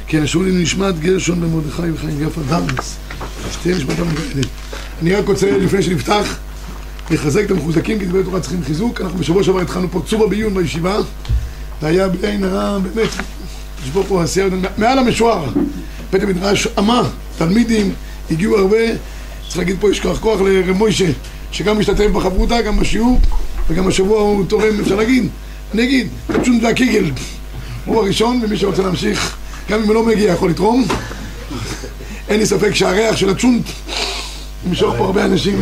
כן, שאולי נשמת גרשון במרדכי וחיים יפה דרנס. שתהיה נשמתם כאלה. אני רק רוצה, לפני שנפתח, לחזק את המחוזקים, כי דברי תורה צריכים חיזוק. אנחנו בשבוע שעבר התחלנו פה צובה בעיון בישיבה. והיה בלי עין הרע, באמת, יש פה עשייה, מעל המשוער. בית המדרש עמה, תלמידים, הגיעו הרבה. צריך להגיד פה, יש כוח לרב מוישה, שגם משתתף בחברותה, גם בשיעור, וגם השבוע הוא תורם, אפשר להגיד. אני אגיד, קצ'ון והקיגל. הוא הראשון, ומי שרוצה להמשיך, גם אם הוא לא מגיע, יכול לתרום. אין לי ספק שהריח של הצ'ונט ימשוך פה הרבה אנשים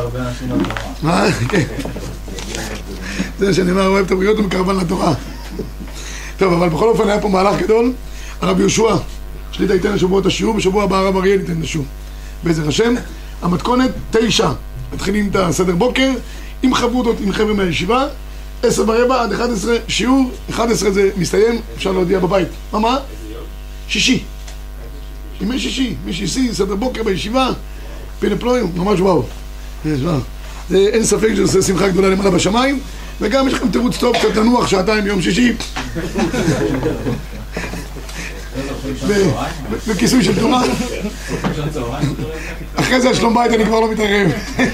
כן. זה שאני אומר, אוהב את הבריאות ומקרבן לתורה. טוב, אבל בכל אופן היה פה מהלך גדול. הרב יהושע, שליטה ייתן השבוע את השיעור, בשבוע הבא הרב אריאל ייתן את השיעור. בעזר השם, המתכונת 9. מתחילים את הסדר בוקר, עם חברותות, עם חבר'ה מהישיבה, 10:15 עד 11, שיעור, 11 זה מסתיים, אפשר להודיע בבית. מה? שישי. ימי שישי, משישי, סדר בוקר בישיבה, פינפלויים, ממש וואו. אין ספק שזה עושה שמחה גדולה למעלה בשמיים, וגם יש לכם תירוץ טוב, קצת לנוח שעתיים ביום שישי. בכיסוי של תורה. אחרי זה שלום בית אני כבר לא מתערב.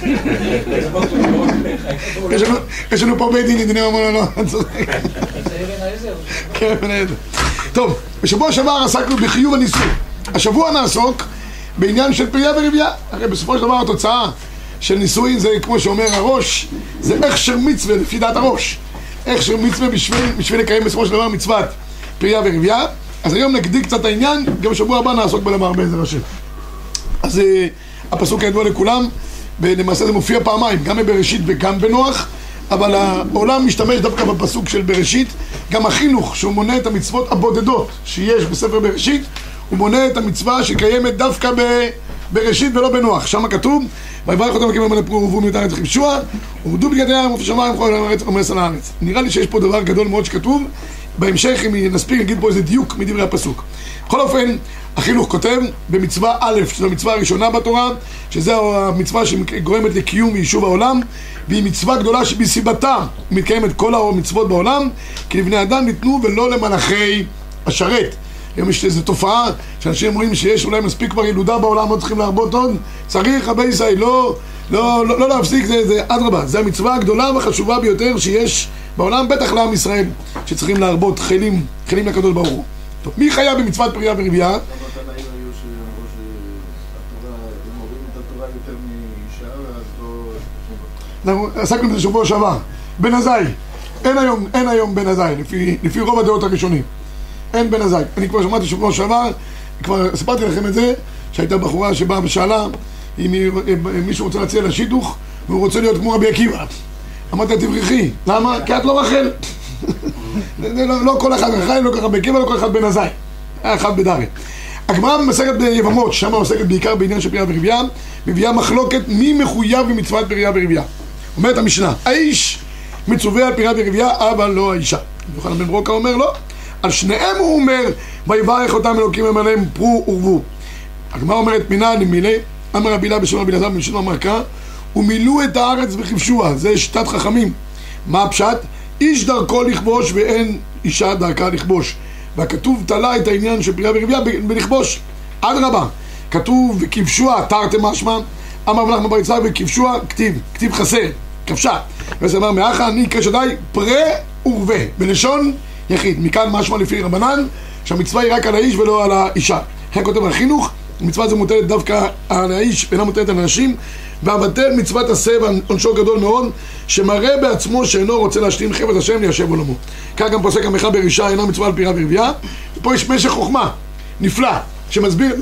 יש לנו פה בית דין, עדיני אמרו לא, אני צודק. כן, בן העזר. טוב, בשבוע שעבר עסקנו בחיוב הניסוי. השבוע נעסוק בעניין של פריה ורבייה. הרי בסופו של דבר התוצאה של ניסוי זה, כמו שאומר הראש, זה הכשר מצווה לפי דעת הראש. הכשר מצווה בשביל לקיים בסופו של דבר מצוות פריה ורבייה. אז היום נקדיק קצת העניין, גם בשבוע הבא נעסוק בלמר בעזר השם. אז הפסוק הידוע לכולם, ולמעשה זה מופיע פעמיים, גם בבראשית וגם בנוח, אבל העולם משתמש דווקא בפסוק של בראשית. גם החינוך שהוא מונה את המצוות הבודדות שיש בספר בראשית, הוא מונה את המצווה שקיימת דווקא בראשית ולא בנוח. שם כתוב, ויברך אותם הקימו מלא פרו ורבו מיותר את ישוע, ועמדו בגדי הים ופי שמיים וכל הארץ ומס על הארץ. נראה לי שיש פה דבר גדול מאוד שכתוב. בהמשך, אם נספיק, נגיד פה איזה דיוק מדברי הפסוק. בכל אופן, החינוך כותב במצווה א', שזו המצווה הראשונה בתורה, שזו המצווה שגורמת לקיום ויישוב העולם, והיא מצווה גדולה שבסיבתה מתקיימת כל המצוות בעולם, כי לבני אדם ניתנו ולא למלאכי השרת. היום יש איזו תופעה שאנשים אומרים שיש אולי מספיק כבר ילודה בעולם, לא צריכים להרבות עוד, צריך רבי ישראל, לא להפסיק, זה אדרבה, זה המצווה הגדולה והחשובה ביותר שיש בעולם, בטח לעם ישראל, שצריכים להרבות חיילים לקדוש ברוך הוא. טוב, מי חיה במצוות פריה ורבייה? עסקנו בזה שבוע שעבר. בן עזאי, אין היום בן עזאי, לפי רוב הדעות הראשונים. אין בן עזאי. אני כבר שמעתי שבוע שעבר, כבר סיפרתי לכם את זה, שהייתה בחורה שבאה ושאלה אם מישהו רוצה להציע לה שידוך, והוא רוצה להיות כמו רבי עקיבא. אמרתי, תברכי. למה? כי את לא רחל. לא כל אחד רחל, לא כל אחד בקיבה, לא כל אחד בן עזאי. היה אחד בדרי. הגמרא במסכת ביבמות, שם עוסקת בעיקר בעניין של פריה ורבייה, מביאה מחלוקת מי מחויב במצוות פריה ורבייה. אומרת המשנה, האיש מצווה על פריה ורבייה, אבל לא האישה. יוחנן בן ברוקה אומר לא. על שניהם הוא אומר, ויברך אותם אלוקים עליהם פרו ורבו. הגמרא אומרת מינא נמילה, אמר רבי אליעזר בשם רבי אלעזר בן שמעון אמר ומילאו את הארץ וכבשוה. זה שיטת חכמים. מה הפשט? איש דרכו לכבוש ואין אישה דרכה לכבוש. והכתוב תלה את העניין של פריה ורבייה בלכבוש. אדרבה, כתוב וכבשוה תרתי משמע, אמר מלאך מבר יצחק וכבשוה כתיב חסר, כבשה. וזה אומר מאחה אני כשדי פרה ורבה, בלשון יחיד. מכאן משמע לפי רבנן שהמצווה היא רק על האיש ולא על האישה. לכן כותב החינוך, המצווה הזו מוטלת דווקא על האיש ואינה מוטלת על הנשים, והבטל מצוות עשה ועונשו גדול מאוד, שמראה בעצמו שאינו רוצה להשלים חפץ השם ליישב עולמו. כך גם פוסק המחבר בראשה אינה מצווה על פריה ורבייה. ופה יש משך חוכמה נפלא שמסביר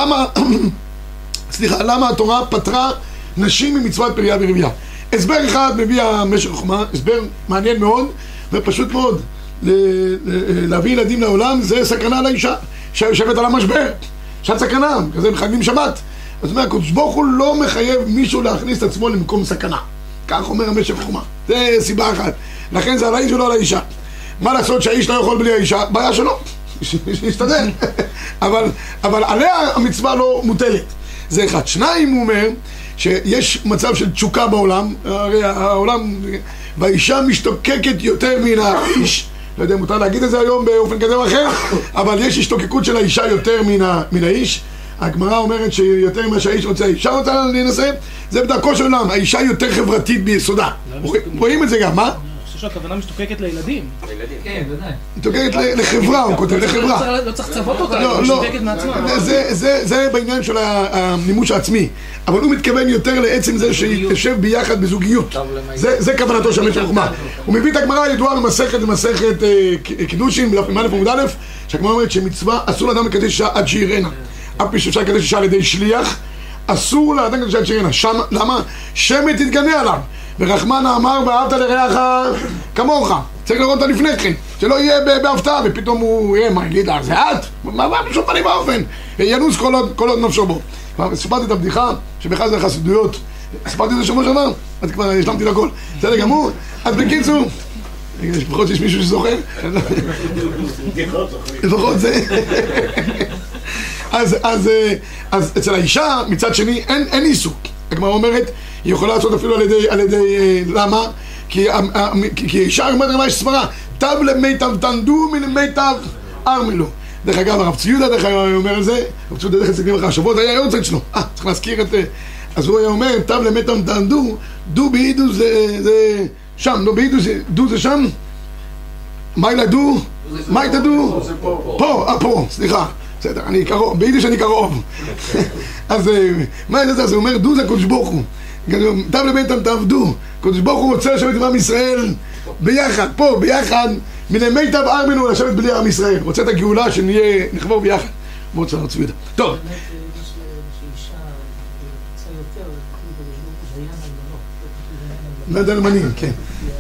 למה התורה פטרה נשים ממצוות פריה ורבייה. הסבר אחד מביא המשך חוכמה, הסבר מעניין מאוד ופשוט מאוד. להביא ילדים לעולם זה סכנה לאישה שיושבת על המשבר, שעת סכנה, כזה מחייבים שבת. אז אומר, הקדוש ברוך הוא לא מחייב מישהו להכניס את עצמו למקום סכנה. כך אומר המשך חוכמה. זה סיבה אחת. לכן זה על האיש ולא על האישה. מה לעשות שהאיש לא יכול בלי האישה? בעיה שלו. שיסתדר. אבל עליה המצווה לא מוטלת. זה אחד. שניים, הוא אומר שיש מצב של תשוקה בעולם. הרי העולם, והאישה משתוקקת יותר מן האיש. לא יודע אם מותר להגיד את זה היום באופן כזה או אחר, אבל יש השתוקקות של האישה יותר מן האיש. הגמרא אומרת שיותר ממה שהאיש רוצה, האישה רוצה להינשא, זה בדרכו של עולם, האישה יותר חברתית ביסודה. רואים את זה גם, מה? שהכוונה משתוקקת לילדים. כן, ודאי. משתוקקת לחברה, הוא כותב, לחברה. לא צריך צוות אותה, היא משתוקקת מעצמה. זה בעניין של המימוש העצמי. אבל הוא מתכוון יותר לעצם זה שהיא תשב ביחד בזוגיות. זה כוונתו של משך חוכמה. הוא מביא את הגמרא הידועה במסכת קידושין, בדף א' עמוד א', שהגמרא אומרת שמצווה, אסור לאדם לקדש אישה עד שיראנה. אף פי שאפשר לקדש אישה על ידי שליח, אסור לאדם לקדש אישה עד שיראנה. למה? שמא תתגנה עליו. ורחמנה אמר ואהבת לרעך כמוך. צריך לראות אותה לפני כן, שלא יהיה בהפתעה ופתאום הוא יהיה, מה יגיד לה, זה את? מה בשום פנים באופן? ינוס כל עוד נפשו בו. סיפרתי את הבדיחה שבכלל זה חסידויות, סיפרתי את זה שבוע שעבר, אז כבר השלמתי לכל. בסדר גמור? אז בקיצור, לפחות שיש מישהו שזוכר? לפחות זה. אז אצל האישה מצד שני אין עיסוק. הגמרא אומרת, היא יכולה לעשות אפילו על ידי, למה? כי אישה אומרת מה יש סברה, תב למיטב תנדו מלמיטב ארמלו. דרך אגב, הרב ציודה דרך אגב אומר על זה, הרב ציודה דרך אצלנו אחרי השבוע, זה היה יורצייט שלו, צריך להזכיר את, אז הוא היה אומר, תב למיטב תנדו, דו בעידו זה שם, לא בעידו דו זה שם, מה ילדו? מה ילדו? פה, סליחה. בסדר, אני קרוב, ביידיש אני קרוב. אז מה זה? אז הוא אומר, דו זה קודש ברוך הוא. תב לביתם תעבדו. קודש ברוך הוא רוצה לשבת עם עם ישראל ביחד, פה, ביחד, מלמיטב ארמנו לשבת בלי עם ישראל. רוצה את הגאולה שנהיה, נחבור ביחד. מאוד צער צבידה. טוב. נדע אלמנים, כן.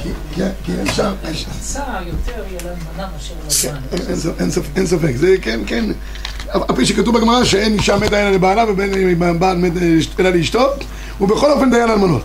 כי האישה... צער יותר יהיה לאלמנה מאשר לאלמן. אין ספק, זה כן. הפי שכתוב בגמרא שאין אישה מתה אלא לבעלה ובין בעל מת אלא לאשתו, ובכל אופן דיין אלמנות.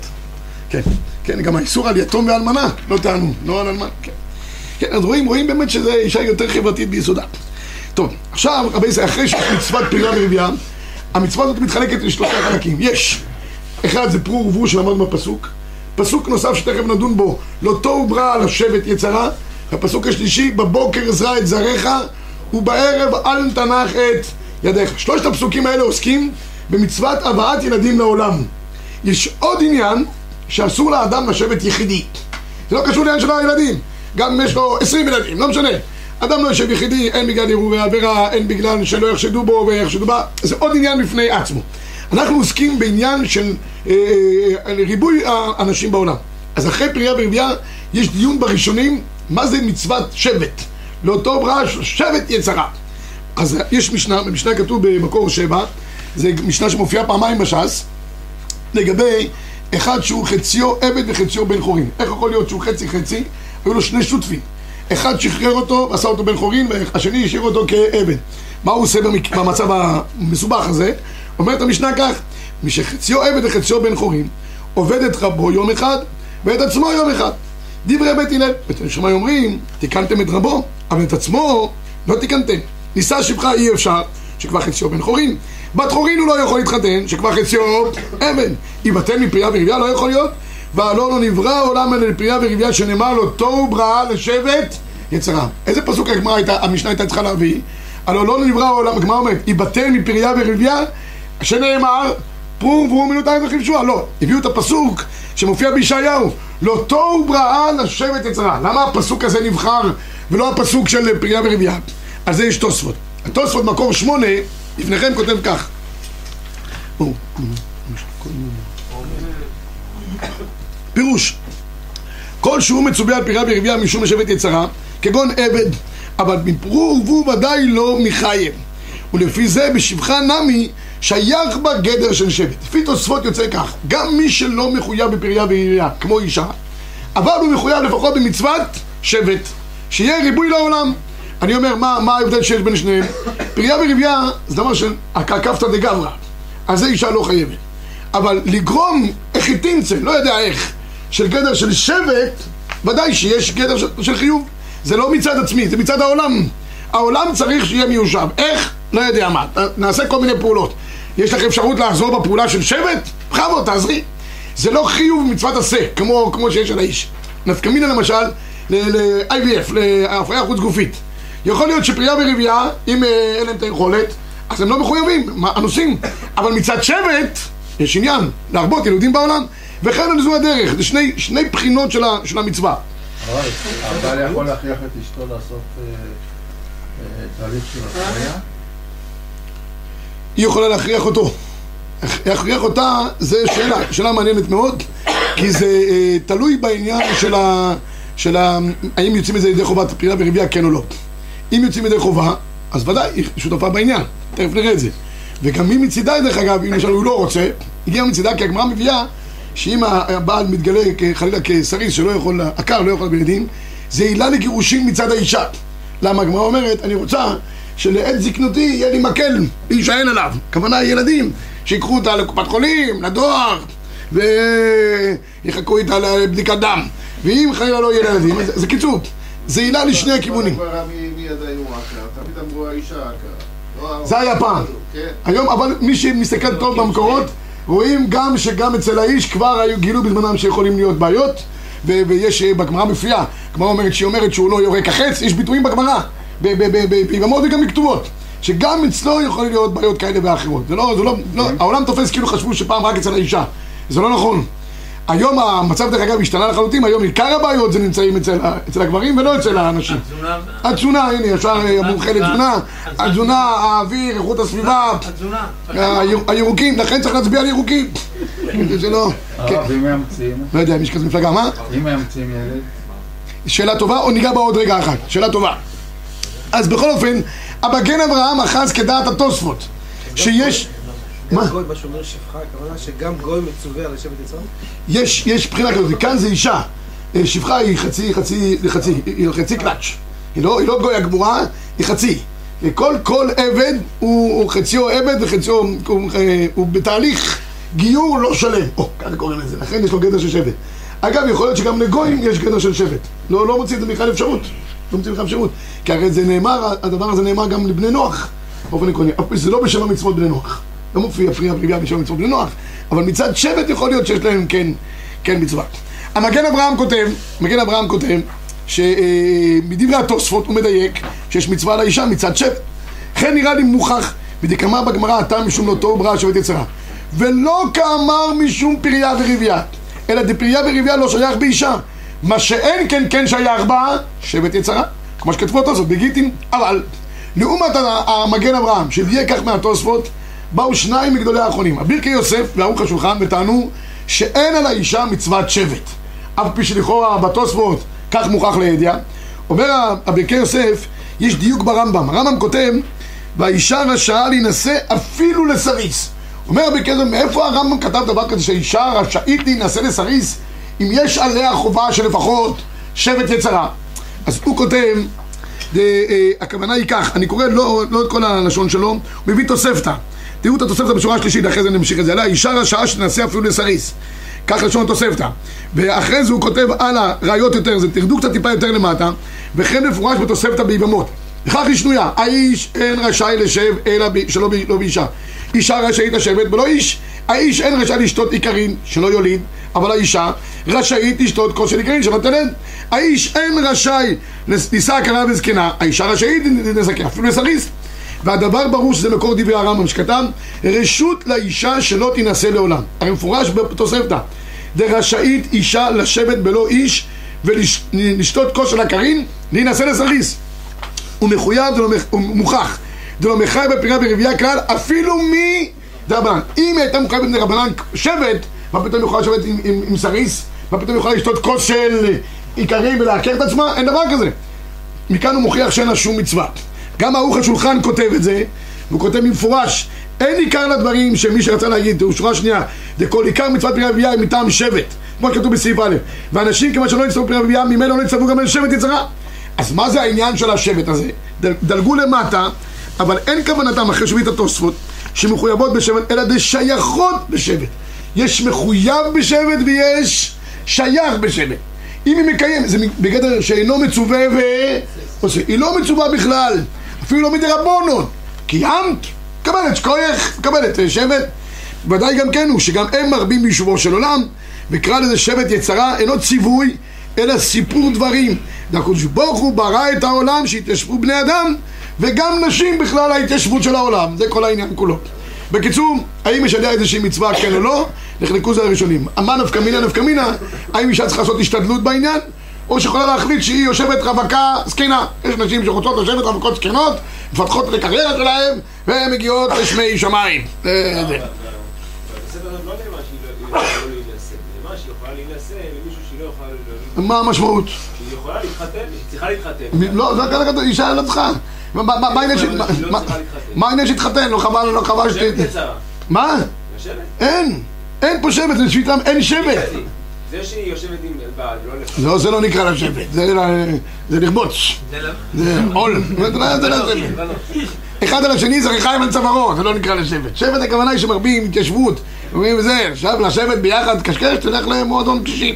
כן, גם האיסור על יתום ואלמנה, לא טענו, לא על אלמן. כן, אז רואים באמת שזו אישה יותר חברתית ביסודה. טוב, עכשיו, רבי ישראל, אחרי שיש מצוות פירה ורבייה, המצווה הזאת מתחלקת לשלושה חלקים. יש, אחד זה פרו ורבו שלמדנו בפסוק, פסוק נוסף שתכף נדון בו, לא תוהו בראה לשבת יצרה, הפסוק השלישי, בבוקר עזרה את זרעך, ובערב אל תנח את ידיך. שלושת הפסוקים האלה עוסקים במצוות הבאת ילדים לעולם. יש עוד עניין שאסור לאדם לשבת יחידי. זה לא קשור לעניין של הילדים. גם אם יש לו 20 ילדים, לא משנה. אדם לא יושב יחידי, אין בגלל עירוב ועבירה, אין בגלל שלא יחשדו בו ויחשדו בה. זה עוד עניין בפני עצמו. אנחנו עוסקים בעניין של ריבוי האנשים בעולם. אז אחרי פריה ורבייה יש דיון בראשונים מה זה מצוות שבט. לאותו בראה שבט יצרה. אז יש משנה, במשנה כתוב במקור 7, זה משנה שמופיעה פעמיים בש"ס, לגבי אחד שהוא חציו עבד וחציו בן חורין. איך יכול להיות שהוא חצי? היו לו שני שותפים. אחד שחרר אותו ועשה אותו בן חורין, והשני השאיר אותו כעבד. מה הוא עושה במצב המסובך הזה? אומרת המשנה כך, מי שחציו עבד וחציו בן חורין, עובד את רבו יום אחד ואת עצמו יום אחד. דברי בית הלל, בית שמאי אומרים, תיקנתם את רבו, אבל את עצמו לא תיקנתם. נישא שפחה אי אפשר, שכבר חציו בן חורין. בת חורין הוא לא יכול להתחתן, שכבר חציו עבד. יבטל מפריה ורבייה לא יכול להיות, והלא לא נברא העולם אלא לפריה ורבייה, שנאמר לו תוהו בראה לשבט יצרה. איזה פסוק המשנה הייתה צריכה להביא? הלא לא נברא העולם, הגמרא אומרת, יבטל מפריה ורבייה, שנאמר פרו ורבו מילותיי וחידשוה. לא, הביאו את הפסוק שמופיע בישעיהו, לא תוהו בראה לשבט יצרה. למה הפסוק הזה נבחר ולא הפסוק של פריה ורבייה? על זה יש תוספות. התוספות מקור 8 לפניכם כותב כך, פירוש, כל שהוא מצווה על פריה ורבייה משום לשבט יצרה, כגון עבד, אבל מפרו ורבו ודאי לא מחייב, ולפי זה בשבחה נמי שייך בגדר של שבט. לפי תוספות יוצא כך, גם מי שלא מחויב בפריה ורבייה כמו אישה, אבל הוא מחויב לפחות במצוות שבט, שיהיה ריבוי לעולם. אני אומר, מה ההבדל שיש בין שניהם? פריה ורבייה זה דבר של הקרקפתא דגברא, אז זה אישה לא חייבת. אבל לגרום איך היא תמצא, לא יודע איך, של גדר של שבט, ודאי שיש גדר של חיוב. זה לא מצד עצמי, זה מצד העולם. העולם צריך שיהיה מיושב. איך? לא יודע מה. נעשה כל מיני פעולות. יש לך אפשרות לעזור בפעולה של שבט? בכבוד, תעזרי. זה לא חיוב מצוות עשה, כמו שיש על האיש. נפקא מינה למשל, ל-IVF, להפריה חוץ גופית. יכול להיות שפריה ורבייה, אם אין להם את היכולת, אז הם לא מחויבים, אנוסים. אבל מצד שבט, יש עניין להרבות ילודים בעולם, וכן זו הדרך, זה שני בחינות של המצווה. אבל יכול להכריח את אשתו לעשות תהליך של הפריה? היא יכולה להכריח אותו. להכריח אותה זה שאלה מעניינת מאוד, כי זה תלוי בעניין של האם יוצאים מזה ידי חובת פריה ורבייה, כן או לא. אם יוצאים ידי חובה, אז ודאי היא שותפה בעניין, תכף נראה את זה. וגם מי מצידה, דרך אגב, אם למשל הוא לא רוצה, הגיע מצידה, כי הגמרא מביאה שאם הבעל מתגלה חלילה כסריס שלא יכול, עקר לא יכול בילדים, זה עילה לגירושים מצד האישה. למה הגמרא אומרת, אני רוצה שלעת זקנותי יהיה לי מקל להישען עליו, הכוונה ילדים שיקחו אותה לקופת חולים, לדואר, ויחכו איתה לבדיקת דם, ואם חלילה לא יהיה לילדים, זה קיצור, זה עילה לשני הכיוונים. מי ידעים הוא עקר? תמיד אמרו האישה עקר. זה היה פעם. היום, אבל מי שמסתכל טוב במקורות, רואים גם שגם אצל האיש כבר גילו בזמנם שיכולים להיות בעיות, ויש בגמרא מופיעה, הגמרא אומרת שהיא אומרת שהוא לא יורק החץ, יש ביטויים בגמרא, ביבמות וגם בכתובות, שגם אצלו יכול להיות בעיות כאלה ואחרות. זה לא, העולם תופס כאילו חשבו שפעם רק אצל האישה, זה לא נכון. היום המצב דרך אגב השתנה לחלוטין, היום עיקר הבעיות זה נמצאים אצל הגברים ולא אצל האנשים. התזונה, הנה ישר מומחה לתזונה, התזונה, האוויר, איכות הסביבה, הירוקים, לכן צריך להצביע על ירוקים. זה לא... ואם הם ממציאים? לא יודע, יש כזה מפלגה, מה? אם הם ממציאים ילד? שאלה טובה, או ניגע בה עוד רגע אחת, שאלה טובה. אז בכל אופן, המגן אברהם אחז כדעת התוספות, שיש... גם גוי בשומר שפחה, הכוונה שגם גוי מצווה על לשבת יצרה? יש בחינה כזאת, כאן זה אישה. שפחה היא חצי קלאץ'. היא לא גוי הגמורה, היא חצי. כל עבד הוא חציו עבד וחציו הוא בתהליך גיור לא שלם. ככה קוראים לזה, לכן יש לו גדר של שבט. אגב, יכול להיות שגם לגויים יש גדר של שבט. לא מוציא את זה בכלל אפשרות. לא מוציא בכלל אפשרות. כי הרי זה נאמר, הדבר הזה נאמר גם לבני נוח. באופן עקרוני. זה לא בשם המצוות בני נוח. לא מופיע פריה ורבייה בשם מצוות בני נוח, אבל מצד שבט יכול להיות שיש להם כן מצווה. המגן אברהם כותב שמדברי התוספות הוא מדייק שיש מצווה לאישה מצד שבט. כן נראה לי מוכח ודקאמר בגמרא הטעם משום לא טוב ברא שבט יצרה, ולא כאמר משום פריה ורבייה, אלא דפריה ורבייה לא שייך באישה, מה שאין כן שייך בה שבט יצרה, כמו שכתבו התוספות בגיטין. אבל לעומת המגן אברהם שתהיה כך מהתוספות, באו שניים מגדולי האחרונים, הבירקי יוסף וערוך השולחן, וטענו שאין על האישה מצוות שבט, אף פי שלכאורה בתוספות כך מוכח לידיעה. אומר הבירקי יוסף, יש דיוק ברמב"ם. הרמב"ם כותב, והאישה רשאה להינשא אפילו לסריס. אומר הבירקי יוסף, מאיפה הרמב"ם כתב דבר כזה שהאישה רשאית להינשא לסריס אם יש עליה חובה של לפחות שבט יצרה? אז הוא כותב, הכוונה היא כך, אני קורא לא את כל הלשון שלו, הוא מביא תוספתא. תראו את התוספתא בשורה השלישית, אחרי זה נמשיך את זה. האישה רשאה שתנסה אפילו לסריס, כך לשון התוספתא. ואחרי זה הוא כותב על הראיות יותר, זה תרדו קצת טיפה יותר למטה, וכן מפורש בתוספתא ביבמות. לכך היא שנויה, האיש אין רשאי לשב אלא שלא באישה. אישה רשאית לשבת ולא איש. האיש אין רשאי לשתות עיקרין שלא יוליד, אבל האישה רשאית לשתות כוס של עיקרין שלא תלד. האיש אין רשאי לישא עקרה וזקנה, האישה רשאית לזכה אפילו לסריס. והדבר ברור שזה מקור דברי הרמב"ם שכתב רשות לאישה שלא תינשא לעולם. הרי מפורש בתוספתא דרשאית אישה לשבת בלא איש ולשתות כוס של עקרין להינשא לסריס. הוא מחויב, הוא מוכח, זה לא מחייב בפריה ורבייה כלל אפילו מדרבנן. אם הייתה מוכרחת בני רבנן שבט, מה פתאום יכולה לשבת עם סריס? מה פתאום יכולה לשתות כוס של עיקרים ולעקר את עצמה? אין דבר כזה. מכאן הוא מוכיח שאין לה שום מצווה. גם ערוך השולחן כותב את זה, והוא כותב במפורש, אין עיקר לדברים שמי שרצה להגיד, הוא שורה שנייה, דכל עיקר מצוות פריה ורבייה היא מטעם שבט, כמו שכתוב בסעיף א', ואנשים כמה שלא יצטרכו פריה ורבייה, ממילא לא יצטרכו גם לשבט יצרה. אז מה זה העניין של השבט הזה? דלגו למטה, אבל אין כוונתם אחרי שביט התוספות שמחויבות בשבט, אלא דשייכות בשבט. יש מחויב בשבט ויש שייך בשבט. אם היא מקיים, זה בגדר שאינו מצווה ועושה. היא לא מצווה בכלל, אפילו לא מדי רבונות. קיימת, קבלת שכוייך, קבלת שבט. ודאי גם כן הוא שגם הם מרבים ביישובו של עולם, וקרא לזה שבט יצרה, אינו ציווי, אלא סיפור דברים. הקדוש ברוך הוא ברא את העולם שהתיישבו בני אדם וגם נשים בכלל ההתיישבות של העולם, זה כל העניין כולו. בקיצור, האם משדר איזושהי מצווה כן או לא? נחלקו זה הראשונים. מה נפקא מינה? נפקא מינה, האם אישה צריכה לעשות השתדלות בעניין? או שיכולה להחליט שהיא יושבת רווקה זקנה. יש נשים שרוצות לשבת רווקות זקנות, מפתחות את הקריירה שלהן והן מגיעות לשמי שמיים. בסדר, לא נאמר שהיא לא יכולה להינשא, נאמר שהיא יכולה להינשא למישהו שהיא לא יכולה להינשא. מה המשמעות? שהיא יכולה להתחתן, היא צריכה להתחתן. לא, זה כאלה כתוב, אישה לא צריכה. מה העניין שהתחתן? לא חבל שתהיה... מה? אין פה שבט, אין שבט. זה שהיא יושבת עם בעל, לא לפעמים. לא, זה לא נקרא לשבט, זה לרבוץ. זה עול. זה לא שבט. אחד על השני זה ריחיים על צווארו, זה לא נקרא לשבט. שבט הכוונה היא שמרבים התיישבות. אומרים וזה, עכשיו לשבת ביחד קשקש, תלך למועדון קשישים.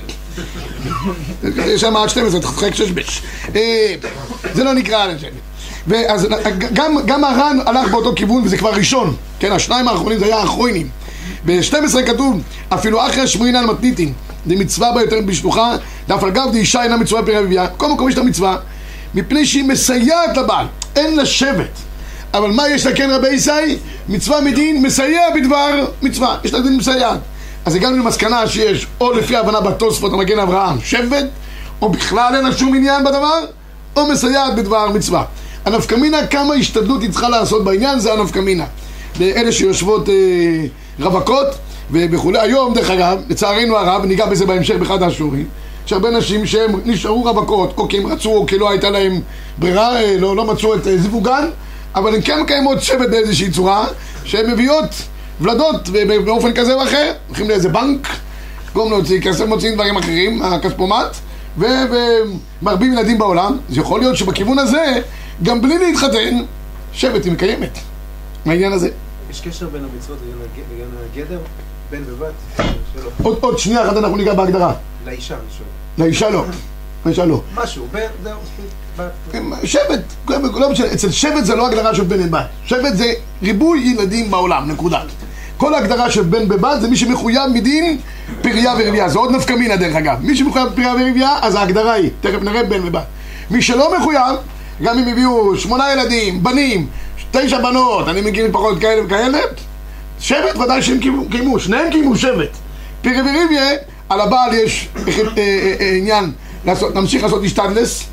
יש שם עד 12, תחק ששבש. זה לא נקרא לשבט. ואז גם הר"ן הלך באותו כיוון, וזה כבר ראשון. כן, השניים האחרונים זה היה האחרונים. ב-12 כתוב, אפילו אחרי שמרינן מתניתין, זה מצווה ביותר בשלוחה, דף על גב דאישה אינה מצווה פרי אביביה. כל מקום יש את המצווה, מפני שהיא מסייעת לבעל, אין לה שבט. אבל מה יש לה כן רבי ישי? מצווה מדין מסייע בדבר מצווה, יש לה דין מסייעת. אז הגענו למסקנה שיש או לפי ההבנה בתוספות המגן אברהם שבט, או בכלל אין לה שום עניין בדבר, או מסייעת בדבר מצווה. הנפקא מינה, כמה השתדלות היא צריכה לעשות בעניין, זה הנפקא מינה. לאלה שיושבות רווקות וכולי. היום דרך אגב, לצערנו הרב, ניגע בזה בהמשך באחד השיעורים, יש הרבה נשים שהם נשארו רווקות, או כי הם רצו, או כי לא הייתה להם ברירה, לא מצאו את זיווגן, אבל הן כן קיימות שבט באיזושהי צורה, שהן מביאות ולדות באופן כזה או אחר, הולכים לאיזה בנק, גום להוציא כסף, מוציאים דברים אחרים, הכספומט, ומרבים ילדים בעולם. אז יכול להיות שבכיוון הזה, גם בלי להתחתן, שבט היא מקיימת. מהעניין הזה. יש קשר בין המצוות וגם הגדר? בן ובת? עוד שנייה אחת אנחנו ניגע בהגדרה. לאישה, אני שואל. לאישה לא. לאישה לא. משהו, בן, זהו, בת. שבט, לא משנה, אצל שבט זה לא הגדרה של בן ובת. שבט זה ריבוי ילדים בעולם, נקודה. כל ההגדרה של בן ובת זה מי שמחויב מדין פריה ורבייה. זה עוד נפקא מינה דרך אגב. מי שמחויב פריה ורבייה, אז ההגדרה היא, תכף נראה בן ובת. מי שלא מחויב, גם אם הביאו 8 ילדים, בנים, 9 בנות, אני מכיר משפחות כאלה וכאלה, שבט ודאי שהם קיימו, שניהם קיימו שבט. פריה ורבייה, על הבעל יש עניין להמשיך לעשות השתדלס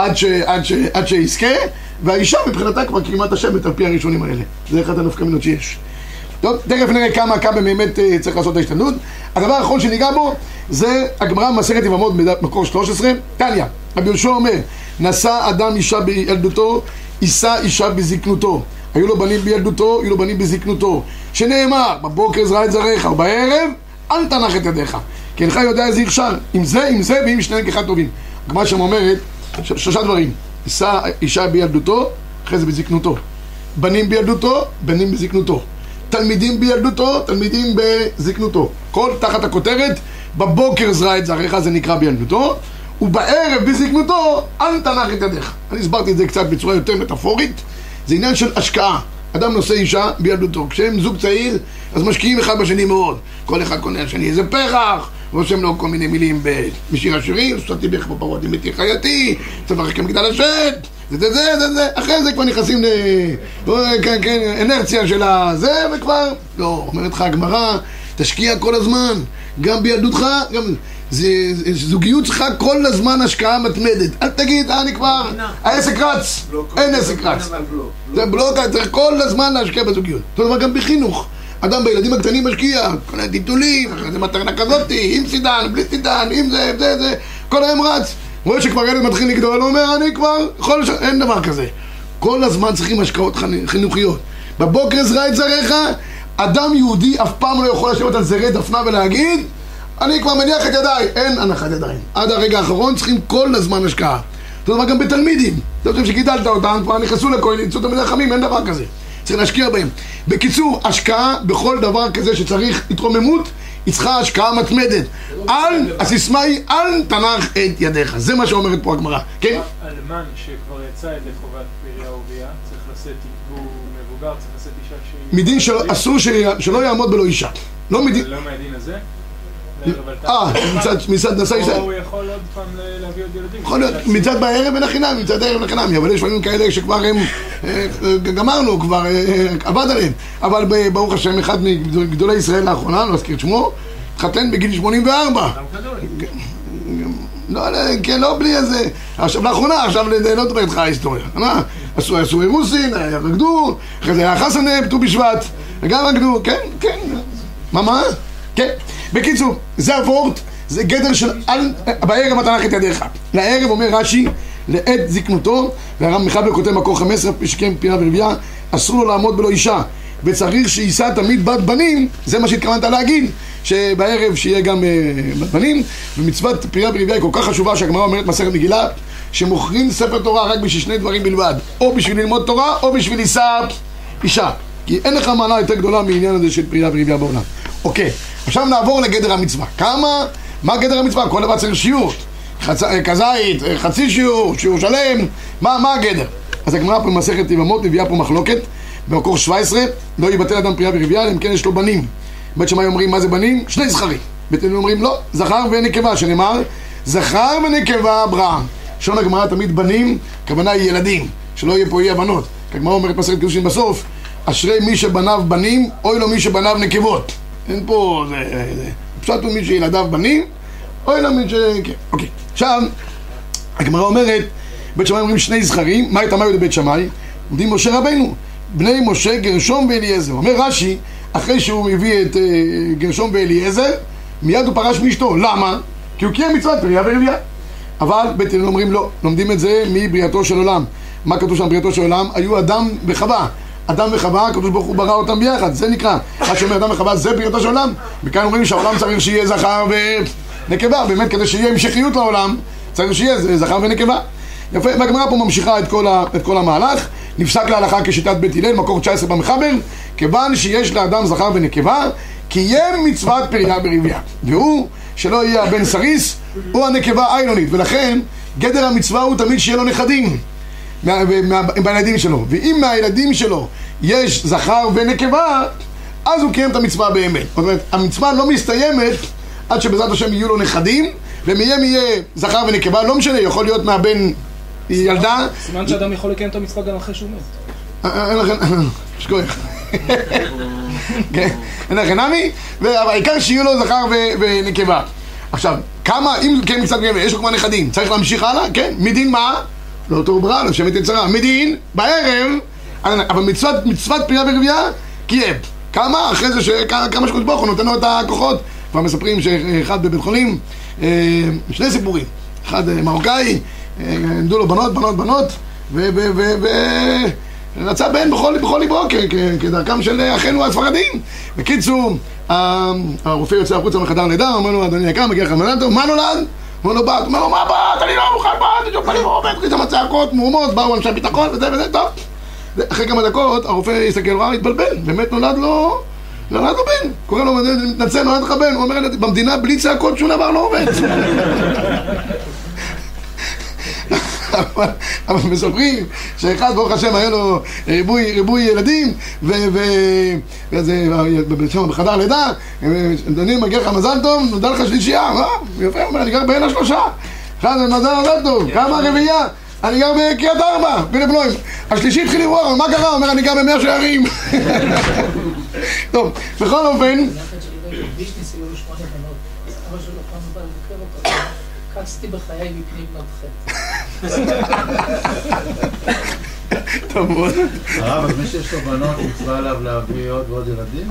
עד שיזכה, והאישה מבחינתה כבר קיימה את השבט על פי הראשונים האלה. זה אחד הנפקא מינות שיש. טוב, תכף נראה כמה באמת צריך לעשות את ההשתדלות. הדבר האחרון שניגע בו זה הגמרא במסכת יבמות במקור 13. תניא, רבי יהושע אומר, נשא אדם אישה בילדותו, יישא אישה בזקנותו. היו לו בנים בילדותו, היו לו בנים בזקנותו. שנאמר, בבוקר זרע את זרעך, ובערב אל תנח את ידיך. כי אינך יודע איזה יכשל, עם זה ועם שניהם כאחד טובים. הגמרא שם אומרת 3 דברים. יישא אישה בילדותו, אחרי זה בזקנותו. בנים בילדותו, בנים בזקנותו. תלמידים בילדותו, תלמידים בזקנותו. כל תחת הכותרת, בבוקר זרע את זרעך, זה נקרא בילדותו, ובערב בזקנותו, אל תנח את ידיך. אני הסברתי את זה קצת בצורה יותר מטאפורית. זה עניין של השקעה. אדם נושא אישה בילדותו. כשהם זוג צעיר, אז משקיעים אחד בשני מאוד. כל אחד קונה השני איזה פרח, ועושים לו כל מיני מילים בשיר השירים, שתתי בך בפרות עם ביתי חייתי, צבח כמגדל השת, זה. אחרי זה כבר נכנסים לאנרציה של הזה, וכבר, לא, אומרת לך הגמרא, תשקיע כל הזמן, גם בילדותך, גם... זוגיות צריכה כל הזמן השקעה מתמדת. אל תגיד, אני כבר, העסק רץ, אין עסק רץ. זה בלוק, צריך כל הזמן להשקיע בזוגיות. זאת אומרת, גם בחינוך. אדם בילדים הקטנים משקיע, כל הטיטולים, אחרי זה מטרנה כזאת, עם סידן, בלי סידן, עם זה, כל היום רץ. רואה שכבר ילד מתחיל לגדול, הוא אומר, אני כבר, אין דבר כזה. כל הזמן צריכים השקעות חינוכיות. בבוקר זרע את זרעך, אדם יהודי אף פעם לא יכול לשבת על זרי דפנה ולהגיד, אני כבר מניח את ידיי, אין הנחת ידיים. עד הרגע האחרון צריכים כל הזמן השקעה. זאת אומרת, גם בתלמידים. אתה חושב שגידלת אותם, כבר נכנסו לכהן, יצאו תלמידי חכמים, אין דבר כזה. צריך להשקיע בהם. בקיצור, השקעה בכל דבר כזה שצריך התרוממות, היא צריכה השקעה מתמדת. הסיסמה היא, אל תנח את ידיך. זה מה שאומרת פה הגמרא. כן? אלמן שכבר יצא ידי חובת פריה ורבייה, צריך לשאת, הוא מבוגר, צריך לשאת אישה שהיא... מדין אסור שלא יעמוד בלא אישה. לא מדין... לא מהדין הזה? מצד נשא אישה. הוא יכול עוד פעם להביא עוד ילדים. יכול להיות, מצד בערב אין החינמי, מצד הערב אין החינמי, אבל יש פעמים כאלה שכבר הם, גמרנו, כבר עבד עליהם. אבל ברוך השם, אחד מגדולי ישראל לאחרונה, לא אזכיר את שמו, התחתן בגיל 84. כן, לא בלי איזה... עכשיו, לאחרונה, עכשיו לא דבר איתך ההיסטוריה. עשו אירוסין, רקדו, אחרי זה היה חסן פטור בשבט, וגם רקדו, כן. מה? כן. בקיצור, זה הוורט, זה גדר של בערב התנ"ך את ידיך. לערב אומר רש"י, לעת זקנותו, והרב מחבר כותב מקור 15, פשקם פינה ורבייה, אסור לו לעמוד בלא אישה, וצריך שיישא תמיד בת בנים, זה מה שהתכוונת להגיד, שבערב שיהיה גם בת בנים, ומצוות פרייה ורבייה היא כל כך חשובה שהגמרא אומרת מסכת מגילה, שמוכרים ספר תורה רק בשביל שני דברים בלבד, או בשביל ללמוד תורה, או בשביל לישא אישה. כי אין לך מעלה יותר גדולה מעניין הזה של פרייה ורבייה בעולם. אוקיי, עכשיו נעבור לגדר המצווה. מה גדר המצווה? כל דבר צריך שיעור. כזית, חצי שיעור, שיעור שלם, מה הגדר? אז הגמרא פה במסכת יבמות מביאה פה מחלוקת, במקור 17, לא יבטל אדם פרייה ורבייה, אלא אם כן יש לו בנים. בית שמאי אומרים מה זה בנים? שני זכרים. בית שמאי אומרים לא, זכר ונקבה, שנאמר, זכר ונקבה ברא. שון הגמרא תמיד בנים, הכוונה היא ילדים, שלא יהיה פה אי הבנות. הגמרא אומרת מסכת קידושין בסוף, אשרי מי שבניו בנים, אוי לו מי שבניו נקבות. אין פה, פשוט הוא מי שילדיו בנים, אוי לו מי ש... אוקיי, עכשיו, הגמרא אומרת, בית שמאי אומרים שני זכרים, מה הייתה בית שמאי? עומדים משה רבנו, בני משה גרשום ואליעזר. אומר רש"י, אחרי שהוא מביא את גרשום ואליעזר, מיד הוא פרש מאשתו. למה? כי הוא קיים מצוות פרייה ורבייה. אבל בית הלל אומרים לא, לומדים את זה מבריאתו של עולם. מה כתוב שם בריאתו של עולם? היו אדם וחווה. אדם וחווה, הקדוש ברוך הוא ברא אותם ביחד, זה נקרא. מה שאומר אדם וחווה זה בריאתו של עולם. וכאן אומרים שהעולם צריך שיהיה זכר ונקבה, באמת כדי שיהיה המשכיות לעולם, צריך שיהיה זכר ונקבה. יפה, והגמרא פה ממשיכה את כל המהלך. נפסק להלכה כשיטת בית הלל, מקור 19 במחבר, כיוון שיש לאדם זכר ונקבה, קיים מצוות פרייה ורבייה. והוא, שלא יהיה הבן סריס, הוא הנקבה האילונית. ולכן, גדר המצווה הוא תמיד שיהיה לו נכדים מהילדים שלו. ואם מהילדים שלו יש זכר ונקבה, אז הוא קיים את המצווה באמת. זאת אומרת, המצווה לא מסתיימת עד שבעזרת השם יהיו לו נכדים, ומהם יהיה זכר ונקבה, לא משנה, יכול להיות מהבן ילדה. סימן שאדם יכול לקיים את המצווה גם אחרי שהוא מת. אין לכם, שכוח. אין לכם נמי, אבל העיקר שיהיו לו זכר ונקבה. עכשיו, כמה, אם כן מצוות פרייה ורבייה, יש לו כבר נכדים, צריך להמשיך הלאה? כן. מדין מה? לא תוהו ברע, לא שמת יצרה. מדין, בערב, אבל מצוות פרייה ורבייה, קיים. כמה? אחרי זה כמה שקודם ברוך הוא נותן לו את הכוחות. כבר מספרים שאחד בבית חולים, שני סיפורים. אחד מרוקאי, עמדו לו בנות, ורצה בן בכל ליבו, כדרכם של אחינו הספרדים. בקיצור, הרופא יוצא החוצה מחדר לידה, אומר לו, אדוני יקר, מגיע לך מזל טוב, מה נולד? אומר לו, בת, אומר לו, מה בת? אני לא מוכן בת, אני פנים עובד, כמה צעקות, מהומות, באו אנשי ביטחון, וזה, טוב. אחרי כמה דקות, הרופא יסתכל, ראה, התבלבל, באמת נולד לו בן. קורא לו, מתנצל, נולד לך בן. הוא אומר, במדינה בלי צעקות שום דבר לא עובד. אבל מספרים שאחד ברוך השם היה לו ריבוי ילדים וזה שם בחדר לידה, אדוני מגיע לך מזל טוב, נודע לך שלישייה, יפה, אומר, אני גר בין השלושה, אחד נודע מזל טוב, כמה רביעייה? אני גר בקריית ארבע, בנבלוים. השלישי התחיל לרוח, מה קרה? אומר, אני גר במאה שערים. טוב, בכל אופן קצתי בחיי מפני בנות חטא. טוב מאוד. הרב, אז מי שיש לו בנות מצווה עליו להביא עוד ועוד ילדים?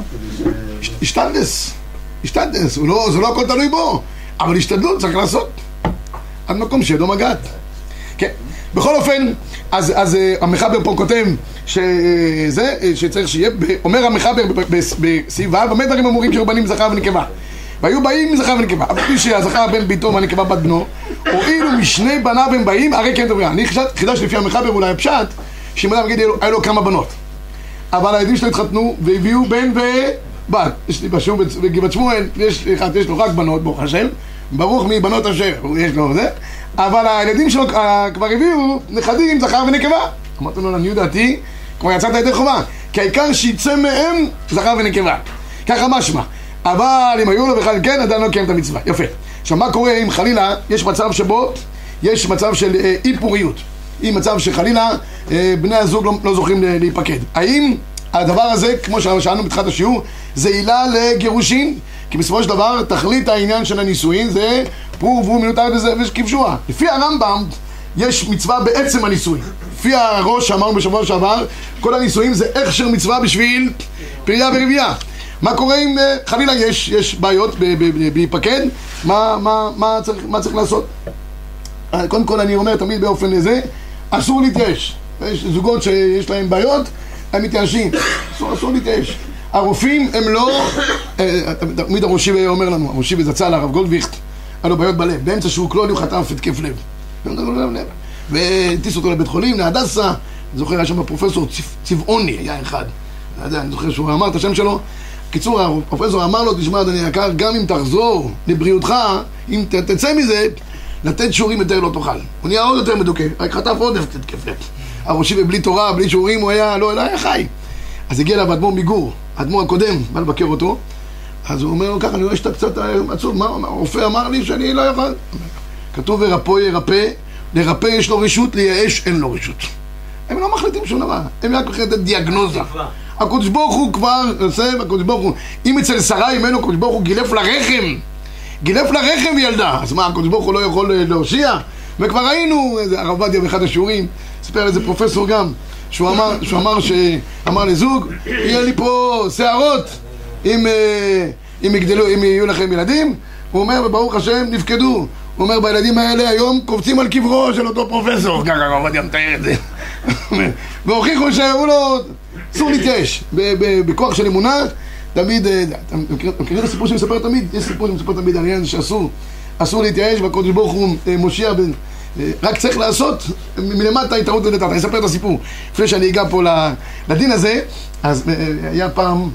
השתדס, זה לא הכל תלוי בו, אבל השתדלות צריך לעשות עד מקום שידו מגעת. כן, בכל אופן, אז המחבר פה כותב שצריך שיהיה, אומר המחבר בסביבה, במה דברים אמורים שהיו בנים זכר ונקבה? והיו באים מזכר ונקבה, אבל כפי שהזכר בן ביתו והנקבה בת בנו, הואילו משני בניו הם באים, הרי כן דברייה. אני חידש לפי המחבר אולי הפשט, שאם אדם יגיד, היה לו כמה בנות, אבל הילדים שלו התחתנו והביאו בן ובת. יש לי בשיעור בגבעת שמואל, יש לו רק בנות, ברוך השם, ברוך מבנות אשר, יש לו זה, אבל הילדים שלו כבר הביאו נכדים זכר ונקבה. אמרתי לו, אני יודעתי, כבר יצאת ידי חובה, כי העיקר שיצא מהם זכר ונקבה. ככה משמע. אבל אם היו לו בכלל כן, עדיין לא קיים את המצווה. יפה. עכשיו, מה קורה אם חלילה יש מצב שבו, יש מצב של אי פוריות. היא מצב שחלילה בני הזוג לא זוכים להיפקד. האם הדבר הזה, כמו שאלנו בתחילת השיעור, זה עילה לגירושין? כי בסופו של דבר, תכלית העניין של הנישואין זה פרו ורבו מילותיו וכבשוה. לפי הרמב"ם, יש מצווה בעצם הנישואין. לפי הראש שאמרנו בשבוע שעבר, כל הנישואין זה הכשר מצווה בשביל פריה ורבייה. מה קורה אם חלילה יש בעיות בהיפקד? מה צריך לעשות? קודם כל אני אומר תמיד באופן הזה, אסור להתייאש. יש זוגות שיש להם בעיות, הם מתייאשים. אסור להתייאש. הרופאים הם לא... תמיד הראשי אומר לנו, הראשי בזצ"ל, הרב גולדוויכט, היה לו בעיות בלב. באמצע שהוא קלוני הוא חטף התקף לב. וטיס אותו לבית חולים, להדסה. אני זוכר, היה שם הפרופסור צבעוני, היה אחד. אני זוכר שהוא אמר את השם שלו. קיצור, הפרופסור אמר לו, תשמע אדוני יקר, גם אם תחזור לבריאותך, אם תצא מזה, לתת שיעורים יותר לא תוכל. הוא נהיה עוד יותר מדוכא, רק חטף עוד התקף לב. הראשי ובלי תורה, בלי שיעורים, הוא היה, לא היה חי. אז הגיע אליו אדמו"ר מגור, האדמו"ר הקודם, בא לבקר אותו. אז הוא אומר לו ככה, אני רואה שאתה קצת עצוב, מה? הרופא אמר לי שאני לא יכול. כתוב ורפוא ירפא, לרפא יש לו רשות, לייאש אין לו רשות. הם לא מחליטים שום דבר, הם רק הולכים לתת דיאגנוזה. הקדוש ברוך הוא כבר, הקדוש ברוך הוא, אם אצל שרה אימנו, הקדוש ברוך הוא גילף לרחם ילדה. אז מה, הקדוש ברוך הוא לא יכול להושיע? וכבר ראינו, הרב עובדיה באחד השיעורים, סיפר על איזה פרופסור גם, שהוא אמר לזוג, יהיה לי פה שערות, אם יהיו לכם ילדים, הוא אומר, וברוך השם, נפקדו. הוא אומר, בילדים האלה היום קופצים על קברו של אותו פרופסור. ככה הרב עובדיה מתאר את זה. והוכיחו שהוא לא... אסור להתייאש. בכוח של אמונה, תמיד... מכירים את הסיפור שמספר תמיד? יש סיפור שמספר תמיד על העניין שאסור להתייאש, והקדוש ברוך הוא מושיע רק צריך לעשות מלמטה התערות לדעת. אני אספר את הסיפור. לפני שאני אגע פה לדין הזה, אז היה פעם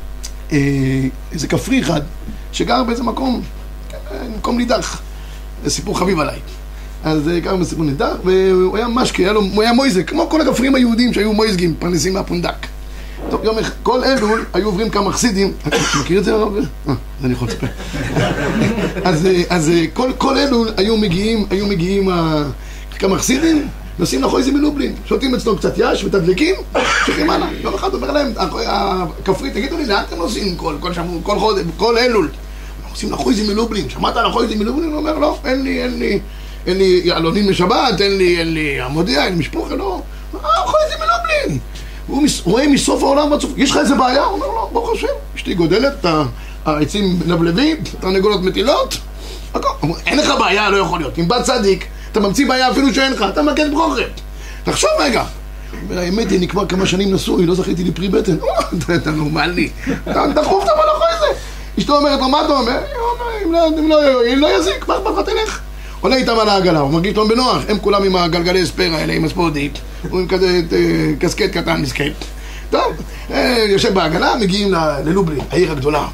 איזה כפרי אחד שגר באיזה מקום נידח. זה סיפור חביב עליי. אז גר בסיפור נידח, והוא היה משקה, הוא היה מויזק, כמו כל הכפרים היהודים שהיו מויזגים, פרנסים מהפונדק. טוב, יום אחד, כל אלול היו עוברים כמה חסידים, אתה מכיר את זה הרב? אז אני יכול לספר. אז כל אלול היו מגיעים כמה חסידים, נוסעים לחויזים מלובלין, שותים אצלו קצת יש ותדליקים, שולחים הלאה. יום אחד אומר להם, הכפרי, תגידו לי, לאן אתם נוסעים כל חודש, כל אלול? נוסעים לחויזים מלובלין, שמעת על החויזים מלובלין? הוא אומר, לא, אין לי יעלונים לשבת, אין לי המודיע, אין לי משפחה, לא. חויזים מלובלין. הוא רואה מסוף העולם ועד סוף, יש לך איזה בעיה? הוא אומר לו, ברוך השם, אשתי גודלת, העצים לבלבים, תרנגולות מטילות, אין לך בעיה, לא יכול להיות. אם בא צדיק, אתה ממציא בעיה אפילו שאין לך, אתה מכת ברוכת. תחשוב רגע. האמת היא, אני כבר כמה שנים נשוי, לא זכיתי לי פרי בטן. אתה נורמלי. אתה דחוף אתה מלאכו איזה. אשתו אומרת לו, מה אתה אומר? אם לא יזיק, מה אכפת לך תלך? עולה איתם על העגלה, הוא מרגיש להם בנוח, הם כולם עם הגלגלי ספר האלה, עם הספורדית, הוא עם כזה קסקט קטן מסקט. טוב, יושב בעגלה, מגיעים ללובלין, העיר הגדולה.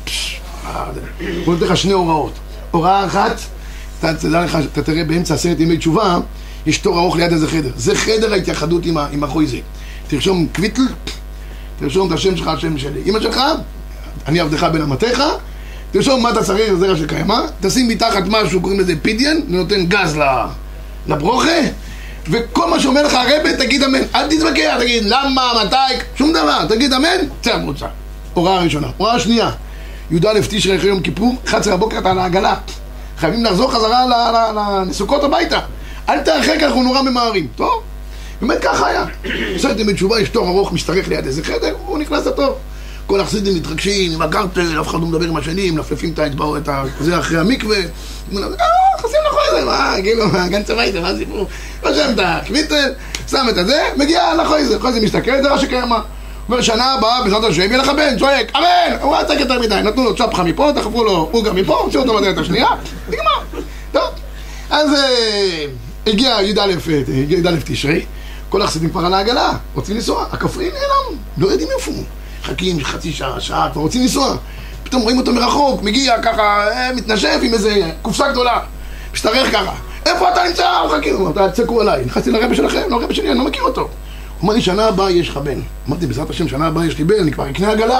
הוא נותן לך שני הוראות. הוראה אחת, אתה תראה באמצע 10 ימי תשובה, יש תור ארוך ליד איזה חדר. זה חדר ההתייחדות עם החויזה. תרשום קוויטל, תרשום את השם שלך, השם שלי. אמא שלך, אני עבדך בין אמתיך, תרשום מה אתה צריך, זרע של קיימה, תשים מתחת משהו, קוראים לזה פידיאן, ונותן גז לברוכה, וכל מה שאומר לך הרבא, תגיד אמן. אל תתווכח, תגיד למה, מתי, שום דבר, תגיד אמן, צא המוצא. הוראה ראשונה. הוראה שנייה, י"א תשרי אחרי יום כיפור, 11 הבוקר אתה על העגלה. חייבים לחזור חזרה לסוכות הביתה. אל תאחר כך, הוא נורא ממהרים. טוב? באמת ככה היה. עשיתם בתשובה, יש תור ארוך, משתרך ליד איזה חדר, הוא נכנס לתור. כל החסידים מתרגשים, עם הגרטל, אף אחד לא מדבר עם השני, מלפלפים את האצבעות, את זה אחרי המקווה. חסים לחויזה, מה, כאילו, גן צבאיתם, מה סיפור? רושם את הקוויטל, שם את הזה, מגיע לחויזה. חויזה מסתכל, זה רע שקיימה. אומר, שנה הבאה, בעזרת השם, יהיה לך בן, צועק, אמן! הוא היה צועק יותר מדי, נתנו לו צ'פחה מפה, דחפו לו, הוא גם מפה, הוציאו אותו בדלת השנייה, נגמר. טוב, אז הגיע י"א תשרי, כל החסידים כבר על העגלה, רוצים לנסוע, הכפרי נעלם, לא יודעים איפה הוא. חכים חצי שעה, כבר רוצים לנסוע. פתאום רואים אותו מרחוק, מגיע ככה, מתנשף עם איזה קופסה גדולה, משתרך ככה. איפה אתה נמצא? הוא חכים, הוא אומר, תצקו עליי, נכנסתי לרבא שלכם, לא הרבא שלי, אני לא מכיר אותו. הוא אומר לי, שנה הבאה יש לך בן. אמרתי, בעזרת השם, שנה הבאה יש לי בן, אני כבר אקנה עגלה.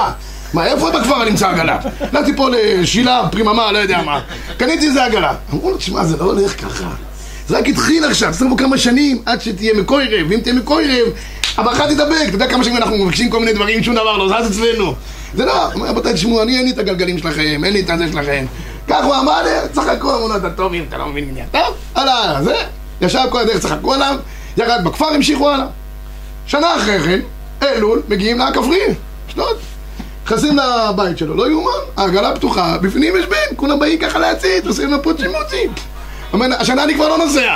מה, איפה בכפר נמצא עגלה? הלכתי פה לשילה, פריממה, לא יודע מה. קניתי איזה עגלה. אמרו לו, תשמע, זה לא הולך ככה. זה רק התחיל עכשיו, צריך פה כמה שנים עד שתהיה מקוי רב, ואם תהיה מקוי רב, הברכה תדבק. אתה יודע כמה שנים אנחנו מבקשים כל מיני דברים, שום דבר לא זז אצלנו. זה לא, רבותיי, תשמעו, אין לי את הגלגלים שלכם, אין לי את הזה שלכם. כך הוא אמר לי, צחקו, אמרו לו, אתה טוב, אם אתה לא מבין עניין. טוב, הלאה, זה, ישב כל הדרך, צחקו עליו, ירד בכפר, המשיכו הלאה. שנה אחרי כן, אלול, מגיעים לכפרי, שנות. נכנסים לבית שלו, לא יאומן, העגלה פתוחה, בפנים יש בן, כולם באים ככה להציץ, עושים לו פוצ'ים מוצים. אומר, השנה אני כבר לא נוסע.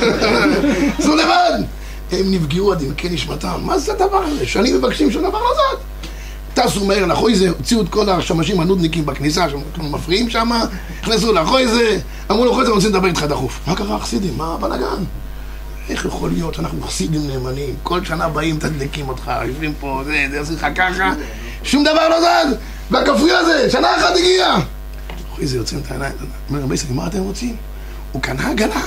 עשו לבד. הם נפגעו עד עמקי נשמתם. מה זה הדבר הזה? שנים מבקשים שום דבר לא זאת. טסו מהר לאחוי זה, הוציאו את כל השמשים הנודניקים בכניסה, שאנחנו מפריעים שם, נכנסו לאחוי זה, אמרו לו, אחרי זה רוצים לדבר איתך דחוף. מה קרה, חסידים? מה הבלגן? איך יכול להיות שאנחנו חסידים נאמנים? כל שנה באים, תדלקים אותך, יושבים פה, זה עושה לך ככה, שום דבר לא זז. והכפרי הזה, שנה אחת הגיע. אחוי זה יוצאים את העיניים, אומר, רבי סגי, מה אתם רוצים? הוא קנה עגלה.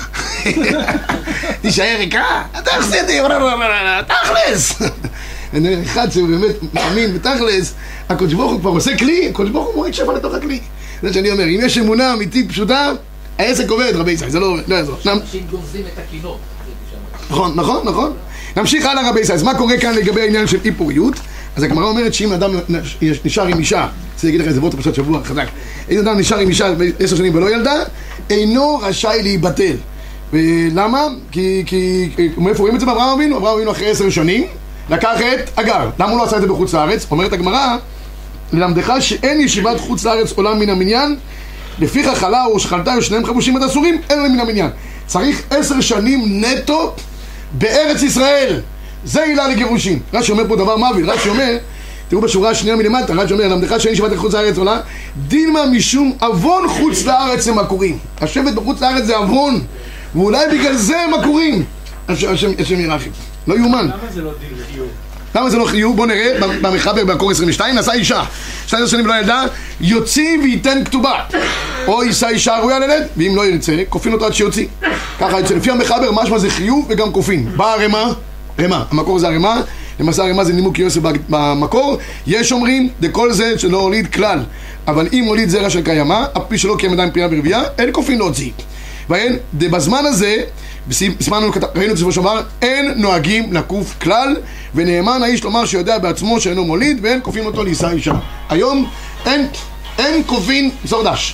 תישאר ריקה? אתה חסידים, תכלס. אחד שהוא באמת מאמין בתכלס, הקדוש ברוך הוא כבר עושה כלי, הקדוש ברוך הוא מוריד שפע לתוך הכלי. זה שאני אומר, אם יש אמונה אמיתית פשוטה, העסק עובד, רבי ישראל, זה לא יעזור. אנשים גוזים את הקינות. נכון. נמשיך הלאה רבי ישראל. אז מה קורה כאן לגבי העניין של אי פוריות? אז הגמרא אומרת שאם אדם נשאר עם אישה, אני אגיד לך איזה וורט פשוט שבוע חזק, אם אדם נשאר עם אישה 10 שנים ולא ילדה, אינו רשאי להיבטל. ולמה? כי מאיפה רואים את זה באברהם אבינו? אברהם אבינו אחרי 10 שנים לקח את אגר. למה הוא לא עשה את זה בחוץ לארץ? אומרת הגמרא, ללמדך שאין ישיבת חוץ לארץ עולם מן המניין, לפיך חלה או שחלתה או שניהם חבושים עד אסורים, אין להם מן המניין. צריך 10 שנים נטו בארץ ישראל. זה עילה לגירושים. רש"י אומר פה דבר מוביל, רש"י אומר, תראו בשורה השנייה מלמטה, רש"י אומר, למדך שאין ישיבת חוץ לארץ עולה, דילמה משום אבון חוץ לארץ הם עקורים. השבט בחוץ לארץ זה אבון, ואולי בגלל זה הם עקורים. השם ירחם. לא יאומן. למה זה לא דין חיוב? למה זה לא חיוב? בוא נראה, במחבר בקור 22, נשא אישה 12 שנים לא ילדה, יוציא וייתן כתובה, או יישא אישה ראויה לילד, ואם לא ירצה, כופין אותו עד שיוציא. ככה יוצא, לפי המחבר, משמע זה חיוב וגם כופין. באה הרמה, המקור זה הרמה, למעשה הרמה זה נימוק יוסף במקור. יש אומרים, דכל זה שלא הוליד כלל, אבל אם הוליד זרע של קיימה, אף פי שלא קיים עדיין פרייה ורבייה, אין כופין להוציא. ואין, בזמן הזה, ראינו את ספר שאומר, אין נוהגים לקוף כלל, ונאמן האיש לומר שיודע בעצמו שאינו מוליד, ואין כופין אותו להישא אישה. היום אין כופין, סורדש,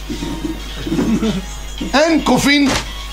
אין כופין,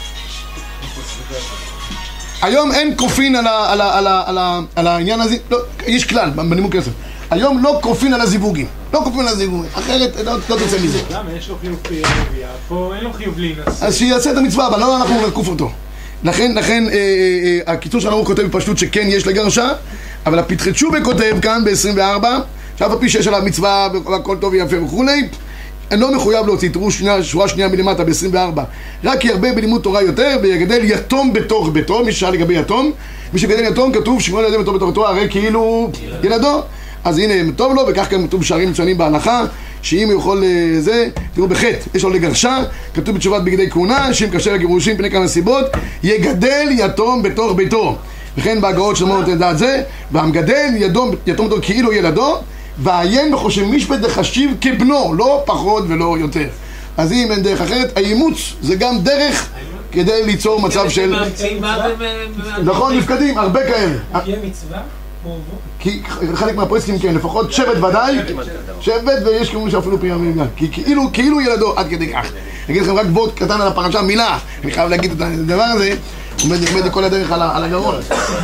היום אין כופין על העניין הזה, לא, יש כלל בנימוק כסף, היום לא כופין על הזיווגים, אחרת לא תוצא מזה. למה? יש לו חיוב פרייה ורבייה, פה אין לו חיוב להינשא. אז שיעשה את המצווה, אבל לא אנחנו נקוף אותו. לכן הקיצור שלנו הוא כותב בפשטות שכן יש לגרשה, אבל הפתחי תשובה כותב כאן ב-24, שאף על פי שיש עליו מצווה והכל טוב ויפה וכולי, אני לא מחויב להוציא. תראו שורה שנייה מלמטה ב-24, רק ירבה בלימוד תורה יותר ויגדל יתום בתוך ביתו. מי ששאל לגבי יתום, מי שגדל יתום כתוב שגדל יתום בתוך ביתו הרי כאילו ילדו, אז הנה טוב לו, וכך גם כתוב שערים מצוינים בהלכה שאם הוא יכול זה, תראו בחטא, יש לו לגרשה, כתוב בתשובת בגדי כהונה, שאם קשה לגירושים פני כמה סיבות, יגדל יתום בתוך ביתו. וכן בהגאות שלמה נותן דעת זה, והמגדל יתום בתוך כאילו ילדו, ועיין בחושב משפט דחשיב כבנו, לא פחות ולא יותר. אז אם אין דרך אחרת, האימוץ זה גם דרך כדי ליצור מצב של... נכון, נפקדים, הרבה כאלה. יהיה מצווה? כי חלק מהפרסקים כן, לפחות שבט ודאי, שבט ויש כמו שאפילו פרייה מלגן, כי כאילו ילדו עד כדי כך. אני אגיד לכם רק בוט קטן על הפרשה, מילה, אני חייב להגיד את הדבר הזה, עומד לכל הדרך על הגרון.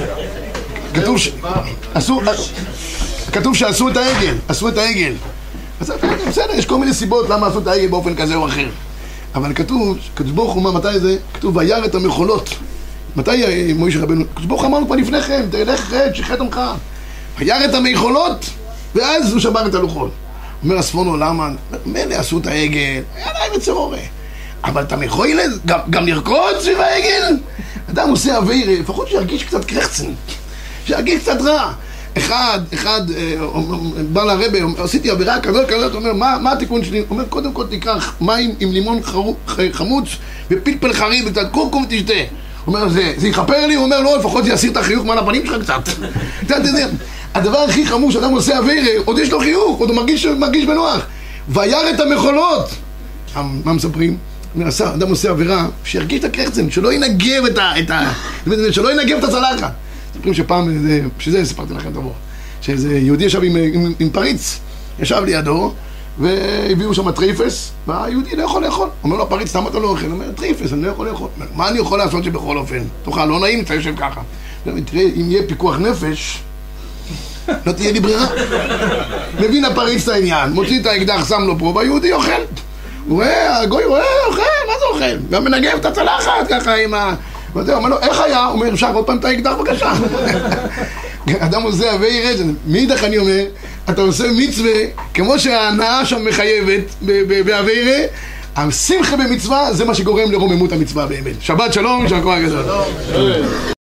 כתוב שעשו את העגל, אז בסדר, יש כל מיני סיבות למה עשו את העגל באופן כזה או אחר, אבל כתוב, כתוב ברוך הוא, מתי זה? כתוב וירא את המחולות. מתי מוישה רבנו? כתוב ברוך אמרנו כבר לפניכם, תלך חטא, שחטא עמך. וירא את המחולות, ואז הוא שבר את הלוחות. אומר הספונו, למה? מילא עשו את העגל, היה להם את צרורי. אבל אתה מחוילת, גם לרקוד סביב העגל? אדם עושה אוויר, לפחות שירגיש קצת קרחצן, שירגיש קצת רע. אחד בא לרבי, עשיתי עבירה כזאת, אומר, מה התיקון שלי? אומר, קודם כל תיקח מים עם לימון חמוץ ופלפל חריף וקצת קורקום ותשתה. הוא אומר, זה יכפר לי? הוא אומר, לא, לפחות זה יסיר את החיוך מעל הפנים שלך קצת. הדבר הכי חמור שאדם עושה עבירה, עוד יש לו חיוך, עוד הוא מרגיש בנוח. וירא את המחולות. מה מספרים? אדם עושה עבירה, שירגיש את הקרצן, שלא ינגב שלא ינגב את הצלחת. מספרים שפעם, שזה סיפרתי לכם תבוא, שאיזה יהודי ישב עם פריץ, ישב לידו, והביאו שם טריפס, והיהודי לא יכול לאכול. אומר לו, הפריץ, למה אתה לא אוכל? הוא אומר, טריפס, אני לא יכול לאכול. מה אני יכול לעשות שבכל אופן? תאכל, לא נעים, אתה יושב ככה. תראה, אם יהיה פיקוח נפש, לא תהיה לי ברירה. מבין הפריץ את העניין, מוציא את האקדח, שם לו פה, והיהודי אוכל. הוא רואה, הגוי רואה, אוכל, מה זה אוכל? גם מנגב את הצלחת ככה עם ה... ואתה אומר לו, איך היה? הוא אומר, אפשר עוד פעם את האקדח בבקשה. אדם עושה עבירה, מאידך אני אומר, אתה עושה מצווה, כמו שההנאה שם מחייבת בעבירה, השמחה במצווה זה מה שגורם לרוממות המצווה באמת. שבת שלום, יישר כוח גדול.